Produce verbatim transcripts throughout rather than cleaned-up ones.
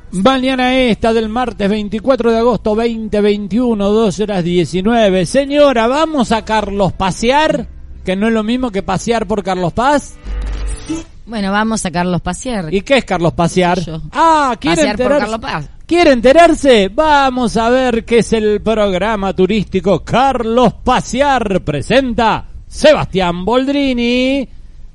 Mañana esta del martes veinticuatro de agosto veinte veintiuno, dos horas diecinueve. Señora, ¿vamos a Carlos pasear? Que no es lo mismo que pasear por Carlos Paz. Bueno, vamos a Carlos pasear. ¿Y qué es Carlos pasear? Yo. Ah, ¿quiere Pasear por enterarse? Carlos Paz. ¿Quiere enterarse? Vamos a ver qué es el programa turístico Carlos Pasear. Presenta Sebastián Boldrini.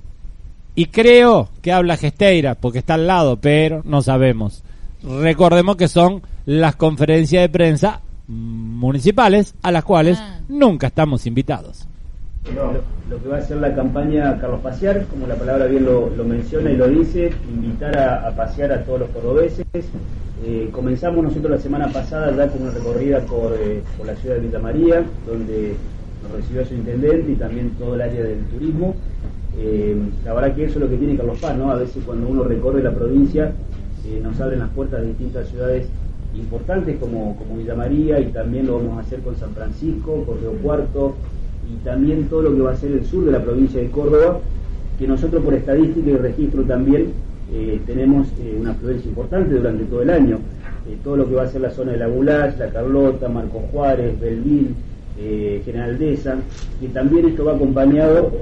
Y creo que habla Gesteira, porque está al lado, pero no sabemos. Recordemos que son las conferencias de prensa municipales a las cuales ah. nunca estamos invitados. No, lo que va a ser la campaña Carlos Pasear, como la palabra bien lo, lo menciona y lo dice, invitar a, a pasear a todos los cordobeses. Eh, comenzamos nosotros la semana pasada ya con una recorrida por, eh, por la ciudad de Villa María, donde nos recibió su intendente y también todo el área del turismo. Eh, la verdad que eso es lo que tiene Carlos Paz, ¿no? A veces cuando uno recorre la provincia eh, nos abren las puertas de distintas ciudades importantes como, como Villa María, y también lo vamos a hacer con San Francisco, con Río Cuarto, y también todo lo que va a ser el sur de la provincia de Córdoba, que nosotros por estadística y registro también eh, tenemos eh, una afluencia importante durante todo el año. Eh, todo lo que va a ser la zona de La Goulash, La Carlota, Marco Juárez, Belville, eh, General Deza, que también esto va acompañado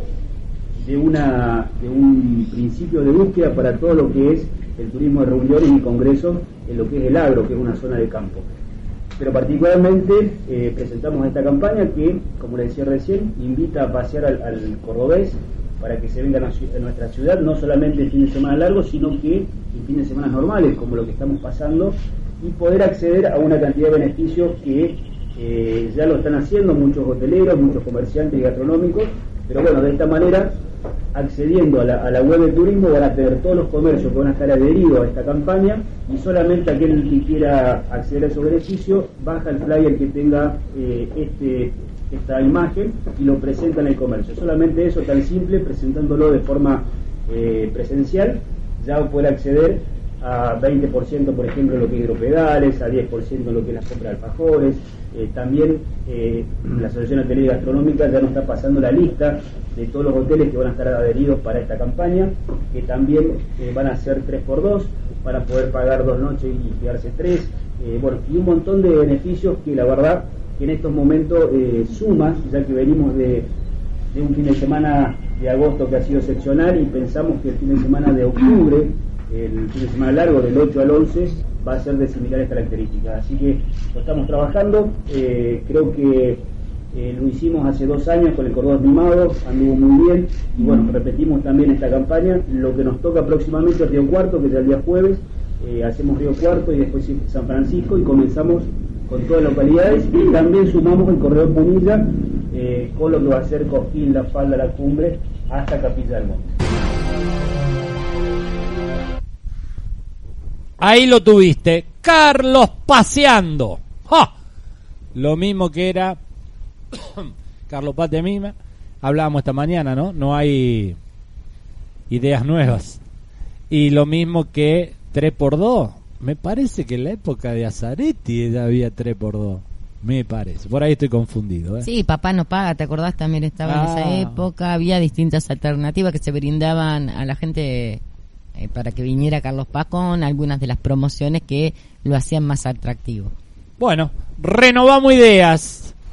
de una de un principio de búsqueda para todo lo que es el turismo de reuniones y congresos en lo que es el agro, que es una zona de campo. Pero particularmente eh, presentamos esta campaña que, como le decía recién, invita a pasear al, al cordobés para que se venga a nuestra ciudad, no solamente en fin de semana largo, sino que en fines de semana normales, como lo que estamos pasando, y poder acceder a una cantidad de beneficios que eh, ya lo están haciendo muchos hoteleros, muchos comerciantes y gastronómicos, pero bueno, de esta manera, accediendo a la, a la web del turismo, van a tener todos los comercios que van a estar adheridos a esta campaña, y solamente aquel que quiera acceder a esos beneficios baja el flyer que tenga eh, este, esta imagen y lo presenta en el comercio. Solamente eso, tan simple, presentándolo de forma eh, presencial, ya va a poder acceder a veinte por ciento, por ejemplo, en lo que es hidropedales, a diez por ciento en lo que es la compra de alfajores. Eh, también eh, la Asociación Hotelera y Gastronómica ya nos está pasando la lista de todos los hoteles que van a estar adheridos para esta campaña, que también eh, van a ser tres por dos, para poder pagar dos noches y quedarse tres, eh, bueno, y un montón de beneficios que la verdad que en estos momentos eh, suma, ya que venimos de, de un fin de semana de agosto que ha sido excepcional, y pensamos que el fin de semana de octubre, el fin de semana largo del ocho al once, va a ser de similares características. Así que lo estamos trabajando, eh, creo que eh, lo hicimos hace dos años con el Cordobés Mimado, anduvo muy bien, y bueno, repetimos también esta campaña. Lo que nos toca próximamente es Río Cuarto, que es el día jueves, eh, hacemos Río Cuarto y después San Francisco, y comenzamos con todas las localidades, y también sumamos el Corredor Punilla, eh, con lo que va a ser Cosquín, La Falda, La Cumbre, hasta Capilla del Monte. Ahí lo tuviste, Carlos paseando. ¡Ja! Lo mismo que era Carlos Paz de Mima. Hablábamos esta mañana, ¿no? No hay ideas nuevas. Y lo mismo que tres por dos. Me parece que en la época de Azaretti ya había tres por dos. Me parece. Por ahí estoy confundido, ¿eh? Sí, Papá no paga, ¿te acordás? También estaba ah. en esa época. Había distintas alternativas que se brindaban a la gente eh, para que viniera Carlos Paz, con algunas de las promociones que lo hacían más atractivo. Bueno, renovamos ideas.